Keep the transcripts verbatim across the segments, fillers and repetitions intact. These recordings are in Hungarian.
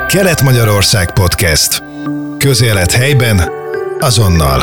Kelet-Magyarország Podcast. Közélet helyben, azonnal.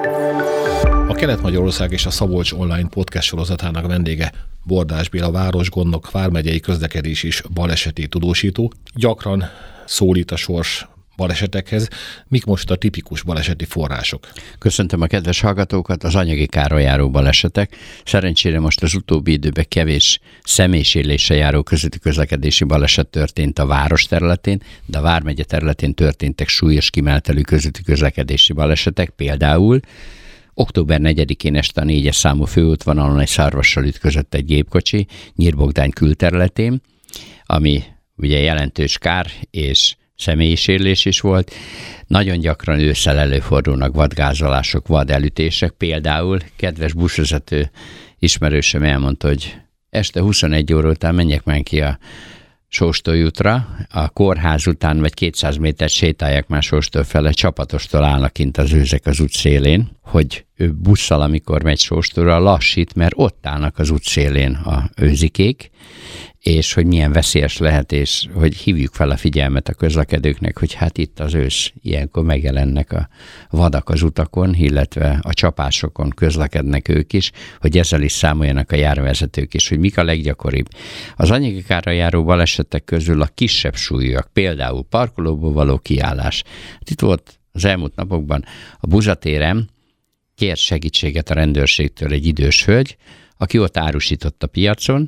A Kelet-Magyarország és a Szabolcs Online Podcast sorozatának vendége Bordás Béla városgondnok, vármegyei közlekedés és baleseti tudósító. Gyakran szólít a sors balesetekhez. Mik most a tipikus baleseti források? Köszöntöm a kedves hallgatókat, az anyagi káron járó balesetek. Szerencsére most az utóbbi időben kevés személysérüléssel járó közúti közlekedési baleset történt a város területén, de a vármegye területén történtek súlyos kimenetelű közúti közlekedési balesetek, például október negyedikén este a négyes számú főútvonalon egy szarvassal ütközött egy gépkocsi Nyírbogdány külterületén, ami ugye jelentős kár és személyi sérülés is volt. Nagyon gyakran ősszel előfordulnak vadgázolások, vadelütések. Például kedves buszvezető ismerősöm elmondta, hogy este huszonegy óra után menjek már ki a Sóstoly útra, a kórház után vagy kétszáz métert sétálják már Sóstoly fele, csapatostól állnak kint az őzek az út szélén, hogy ő busszal, amikor megy Sóstolyra, lassít, mert ott állnak az út szélén a őzikék, és hogy milyen veszélyes lehet, és hogy hívjuk fel a figyelmet a közlekedőknek, hogy hát itt az ősz, ilyenkor megjelennek a vadak az utakon, illetve a csapásokon közlekednek ők is, hogy ezzel is számoljanak a járvezetők is, hogy mik a leggyakoribb. Az anyagi kárra járó balesetek közül a kisebb súlyúak, például parkolóból való kiállás. Itt volt az elmúlt napokban a Buzatéren, kért segítséget a rendőrségtől egy idős hölgy, aki ott árusított a piacon,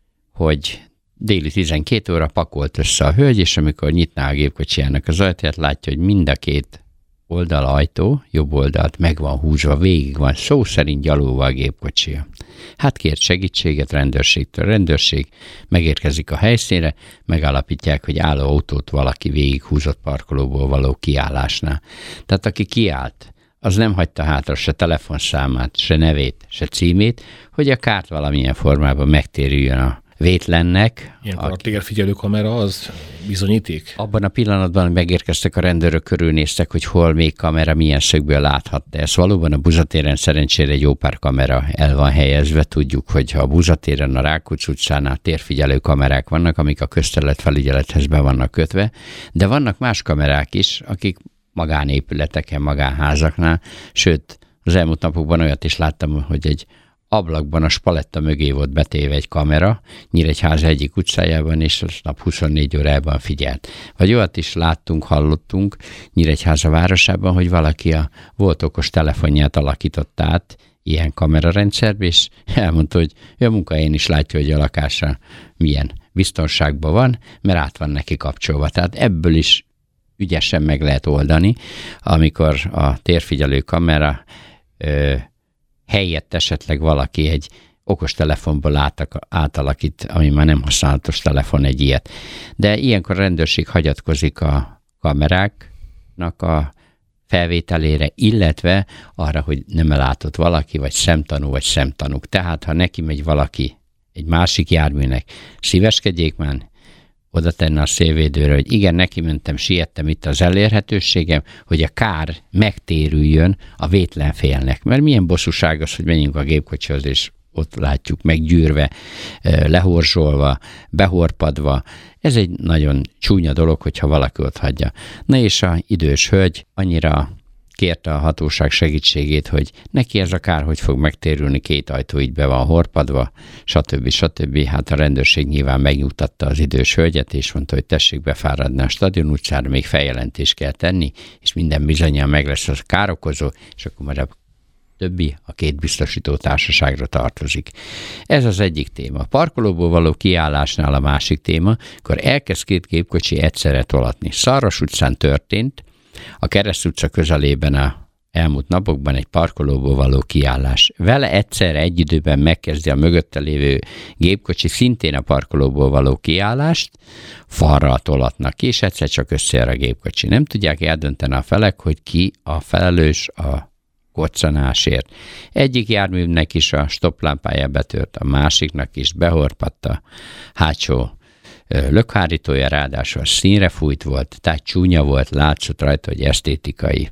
hogy déli tizenkét óra pakolt össze a hölgy, és amikor nyitná a gépkocsijának az ajtaját, látja, hogy mind a két oldalajtó, jobb oldalt meg van húzva, végig van szó szerint gyalulva a gépkocsia. Hát kért segítséget rendőrségtől. Rendőrség megérkezik a helyszínre, megállapítják, hogy álló autót valaki végighúzott parkolóból való kiállásnál. Tehát aki kiállt, az nem hagyta hátra se telefonszámát, se nevét, se címét, hogy a kárt valamilyen formában megtérüljön a vétlennek. Ilyenkor a térfigyelő kamera az bizonyíték? Abban a pillanatban megérkeztek a rendőrök, körülnéztek, hogy hol még kamera, milyen szögből láthatta ezt. Valóban a Buzatéren szerencsére egy jó pár kamera el van helyezve. Tudjuk, hogy a Buzatéren, a Rákóczi utcánál térfigyelő kamerák vannak, amik a közterületfelügyelethez be vannak kötve, de vannak más kamerák is, akik magánépületeken, magánházaknál, sőt, az elmúlt napokban olyat is láttam, hogy egy ablakban a spaletta mögé volt betéve egy kamera, Nyíregyháza egyik utcájában, és az nap huszonnégy órában figyelt. Vagy olyat is láttunk, hallottunk Nyíregyháza városában, hogy valaki a volt okos telefonját alakított át ilyen kamerarendszerbe, és elmondta, hogy a munkahelyén is látja, hogy a lakása milyen biztonságban van, mert át van neki kapcsolva. Tehát ebből is ügyesen meg lehet oldani, amikor a térfigyelő kamera ö, helyett esetleg valaki egy okostelefonból átalakít, ami már nem használatos telefon, egy ilyet. De ilyenkor a rendőrség hagyatkozik a kameráknak a felvételére, illetve arra, hogy nem ellátott valaki, vagy szemtanú, vagy szemtanúk. Tehát, ha neki megy valaki egy másik járműnek, szíveskedjék már oda tenne a szélvédőre, hogy igen, neki mentem, siettem, itt az elérhetőségem, hogy a kár megtérüljön a vétlen félnek. Mert milyen bosszúság az, hogy menjünk a gépkocsihoz, és ott látjuk meggyűrve, lehorzsolva, behorpadva. Ez egy nagyon csúnya dolog, hogyha valaki ott hagyja. Na és a idős hölgy annyira kérte a hatóság segítségét, hogy neki ez a kár hogy fog megtérülni, két ajtó így be van horpadva, stb. stb. Hát a rendőrség nyilván megnyugtatta az idős hölgyet, és mondta, hogy tessék befáradni a Stadion utcára, még feljelentést kell tenni, és minden bizonnyal meg lesz az károkozó, és akkor majd a többi a két biztosító társaságra tartozik. Ez az egyik téma. A parkolóból való kiállásnál a másik téma, akkor elkezd két gépkocsi egyszerre tolatni. Szarvas utcán történt, a Kereszt utca közelében a elmúlt napokban egy parkolóból való kiállás. Vele egyszerre egy időben megkezdi a mögötte lévő gépkocsi szintén a parkolóból való kiállást, falra tolatnak ki, és egyszer csak összeér a gépkocsi. Nem tudják eldönteni a felek, hogy ki a felelős a koccanásért. Egyik járműnek is a stopplámpája betört, a másiknak is behorpadt a hátsó lökhárítója, ráadásul színre fújt volt, tehát csúnya volt, látszott rajta, hogy esztétikailag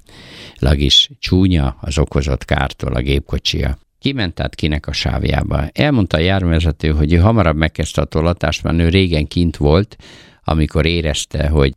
is csúnya az okozott kártól a gépkocsia. Kiment át kinek a sávjába. Elmondta a járművezető, hogy ő hamarabb megkezdte a tolatást, mert ő régen kint volt, amikor érezte, hogy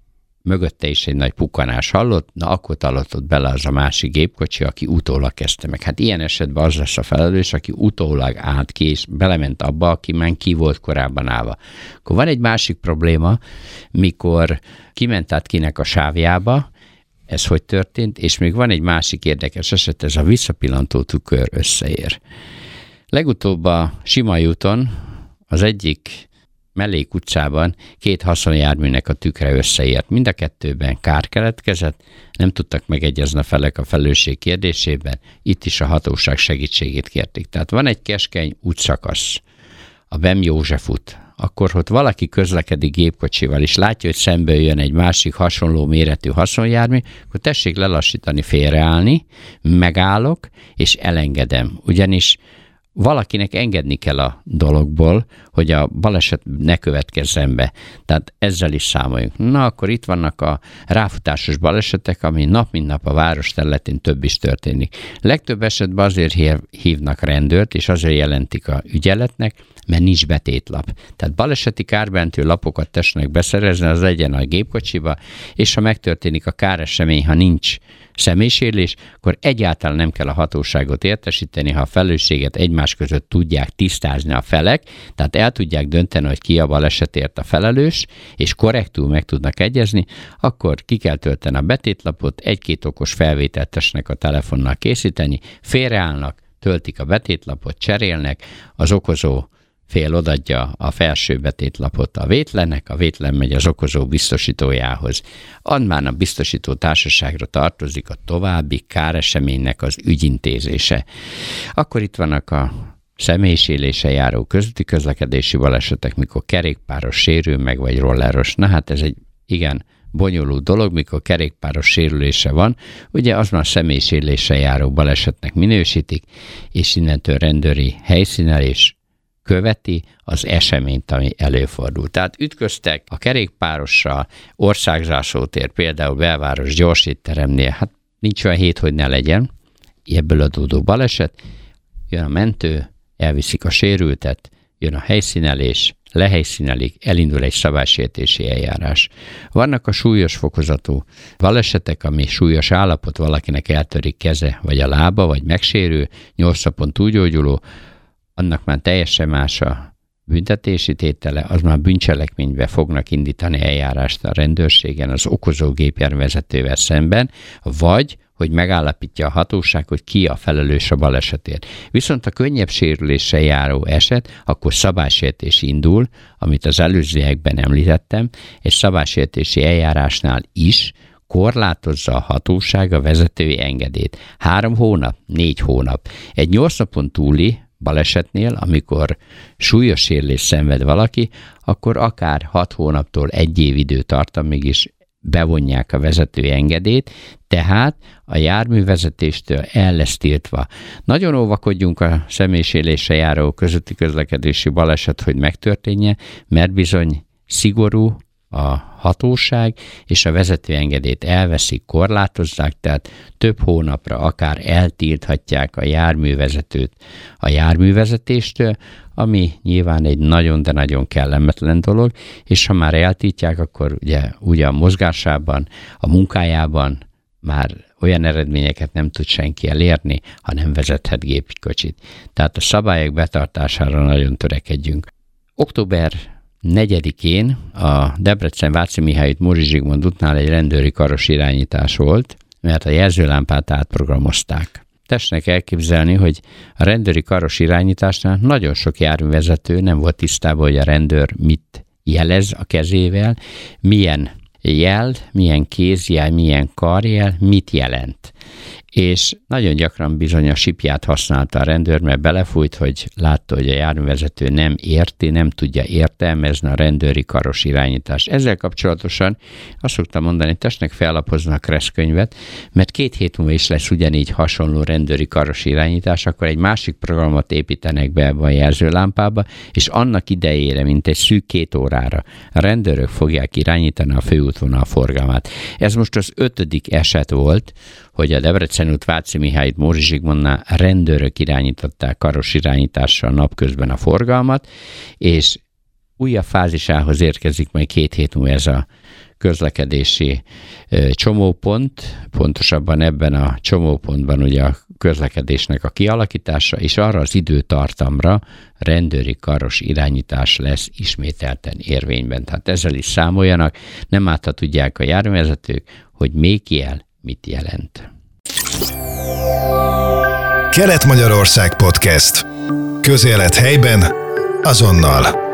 mögötte is egy nagy pukkanás hallott, na akkor talatott bele az a másik gépkocsi, aki utólag kezdte meg. Hát ilyen esetben az lesz a felelős, aki utólag állt ki, és belement abba, aki már ki volt korábban állva. Akkor van egy másik probléma, mikor kiment át kinek a sávjába, ez hogy történt, és még van egy másik érdekes eset, ez a visszapillantó tükör összeér. Legutóbb a Simai úton az egyik Mellék utcában két haszonjárműnek a tükre összeért. Mind a kettőben kár keletkezett, nem tudtak megegyezni a felek a felelősség kérdésében, itt is a hatóság segítségét kérték. Tehát van egy keskeny útszakasz, a Bem József út, akkor ott valaki közlekedik gépkocsival, és látja, hogy szembe jön egy másik hasonló méretű haszonjármű, akkor tessék lelassítani, félreállni, megállok, és elengedem. Ugyanis valakinek engedni kell a dologból, hogy a baleset ne következzen be. Tehát ezzel is számoljunk. Na, akkor itt vannak a ráfutásos balesetek, ami nap mint nap a város területén több is történik. Legtöbb esetben azért hívnak rendőrt, és azért jelentik a ügyeletnek, mert nincs betétlap. Tehát baleseti kárbentő lapokat tessenek beszerezni, az legyen a gépkocsiba, és ha megtörténik a káresemény, ha nincs személysérülés, akkor egyáltalán nem kell a hatóságot értesíteni, ha a felelősséget egymás között tudják tisztázni a felek, tehát el tudják dönteni, hogy ki a balesetért a felelős, és korrektül meg tudnak egyezni, akkor ki kell tölteni a betétlapot, egy-két okos felvételt tessenek a telefonnal készíteni, félreállnak, töltik a betétlapot, cserélnek, az okozó fél odaadja a felső betétlapot a vétlennek, a vétlen megy az okozó biztosítójához. Annál a biztosító társaságra tartozik a további káreseménynek az ügyintézése. Akkor itt vannak a személysérüléssel járó közúti közlekedési balesetek, mikor kerékpáros sérül meg, vagy rolleros. Na hát ez egy igen bonyolult dolog, mikor kerékpáros sérülése van, ugye az már személysérüléssel járó balesetnek minősítik, és innentől rendőri helyszínelés követi az eseményt, ami előfordul. Tehát ütköztek a kerékpárossal, országzászlótér, például belváros gyorsíteremnél, hát nincs olyan hét, hogy ne legyen, ebből adódó baleset, jön a mentő, elviszik a sérültet, jön a helyszínelés, lehelyszínelik, elindul egy szabálysértési eljárás. Vannak a súlyos fokozatú balesetek, ami súlyos állapot, valakinek eltörik keze, vagy a lába, vagy megsérül, nyolc napon túlgyógyuló, annak már teljesen más a büntetési tétele, az már bűncselekménybe fognak indítani eljárást a rendőrségen az okozó gépjárművezetővel szemben, vagy hogy megállapítja a hatóság, hogy ki a felelős a balesetért. Viszont a könnyebb sérüléssel járó eset, akkor szabálysértés indul, amit az előzőekben említettem, és szabálysértési eljárásnál is korlátozza a hatóság a vezetői engedélyt. Három hónap, négy hónap. Egy nyolc napon túli balesetnél, amikor súlyos sérülést szenved valaki, akkor akár hat hónaptól egy év időtartamig is bevonják a vezetői engedélyt, tehát a járművezetéstől el lesz tiltva. Nagyon óvakodjunk a személysérüléssel járó közúti közlekedési baleset, hogy megtörténje, mert bizony szigorú a hatóság, és a vezetőengedélyt elveszik, korlátozzák, tehát több hónapra akár eltilthatják a járművezetőt a járművezetéstől, ami nyilván egy nagyon, de nagyon kellemetlen dolog, és ha már eltiltják, akkor ugye, ugye a mozgásában, a munkájában már olyan eredményeket nem tud senki elérni, ha nem vezethet gépkocsit. Tehát a szabályok betartására nagyon törekedjünk. Október negyedikén a Debrecen-Váci Mihály út Mózsi Zsigmond útnál egy rendőri karos irányítás volt, mert a jelzőlámpát átprogramozták. Tessenek elképzelni, hogy a rendőri karos irányításnál nagyon sok járművezető nem volt tisztában, hogy a rendőr mit jelez a kezével, milyen jel, milyen kézjel, milyen karjel, mit jelent. És nagyon gyakran bizony a sipját használta a rendőr, mert belefújt, hogy látta, hogy a járművezető nem érti, nem tudja értelmezni a rendőri karos irányítást. Ezzel kapcsolatosan azt szoktam mondani, hogy tessenek fellapozni a kreszkönyvet, mert két hét múlva is lesz ugyanígy hasonló rendőri karos irányítás, akkor egy másik programot építenek be ebbe a jelzőlámpába, és annak idejére, mint egy szűk két órára a rendőrök fogják irányítani a főútvonal forgalmát. Ez most az ötödik eset volt, hogy a Debrecen út Váci Mihály út Mózsi Zsigmondnál rendőrök irányították karos irányítással napközben a forgalmat, és újabb fázisához érkezik majd két hét múlva ez a közlekedési csomópont, pontosabban ebben a csomópontban ugye a közlekedésnek a kialakítása, és arra az időtartamra rendőri karos irányítás lesz ismételten érvényben. Tehát ezzel is számoljanak, nem átta tudják a járművezetők, hogy még jel mit jelent. Kelet-Magyarország Podcast. Közélet helyben, azonnal.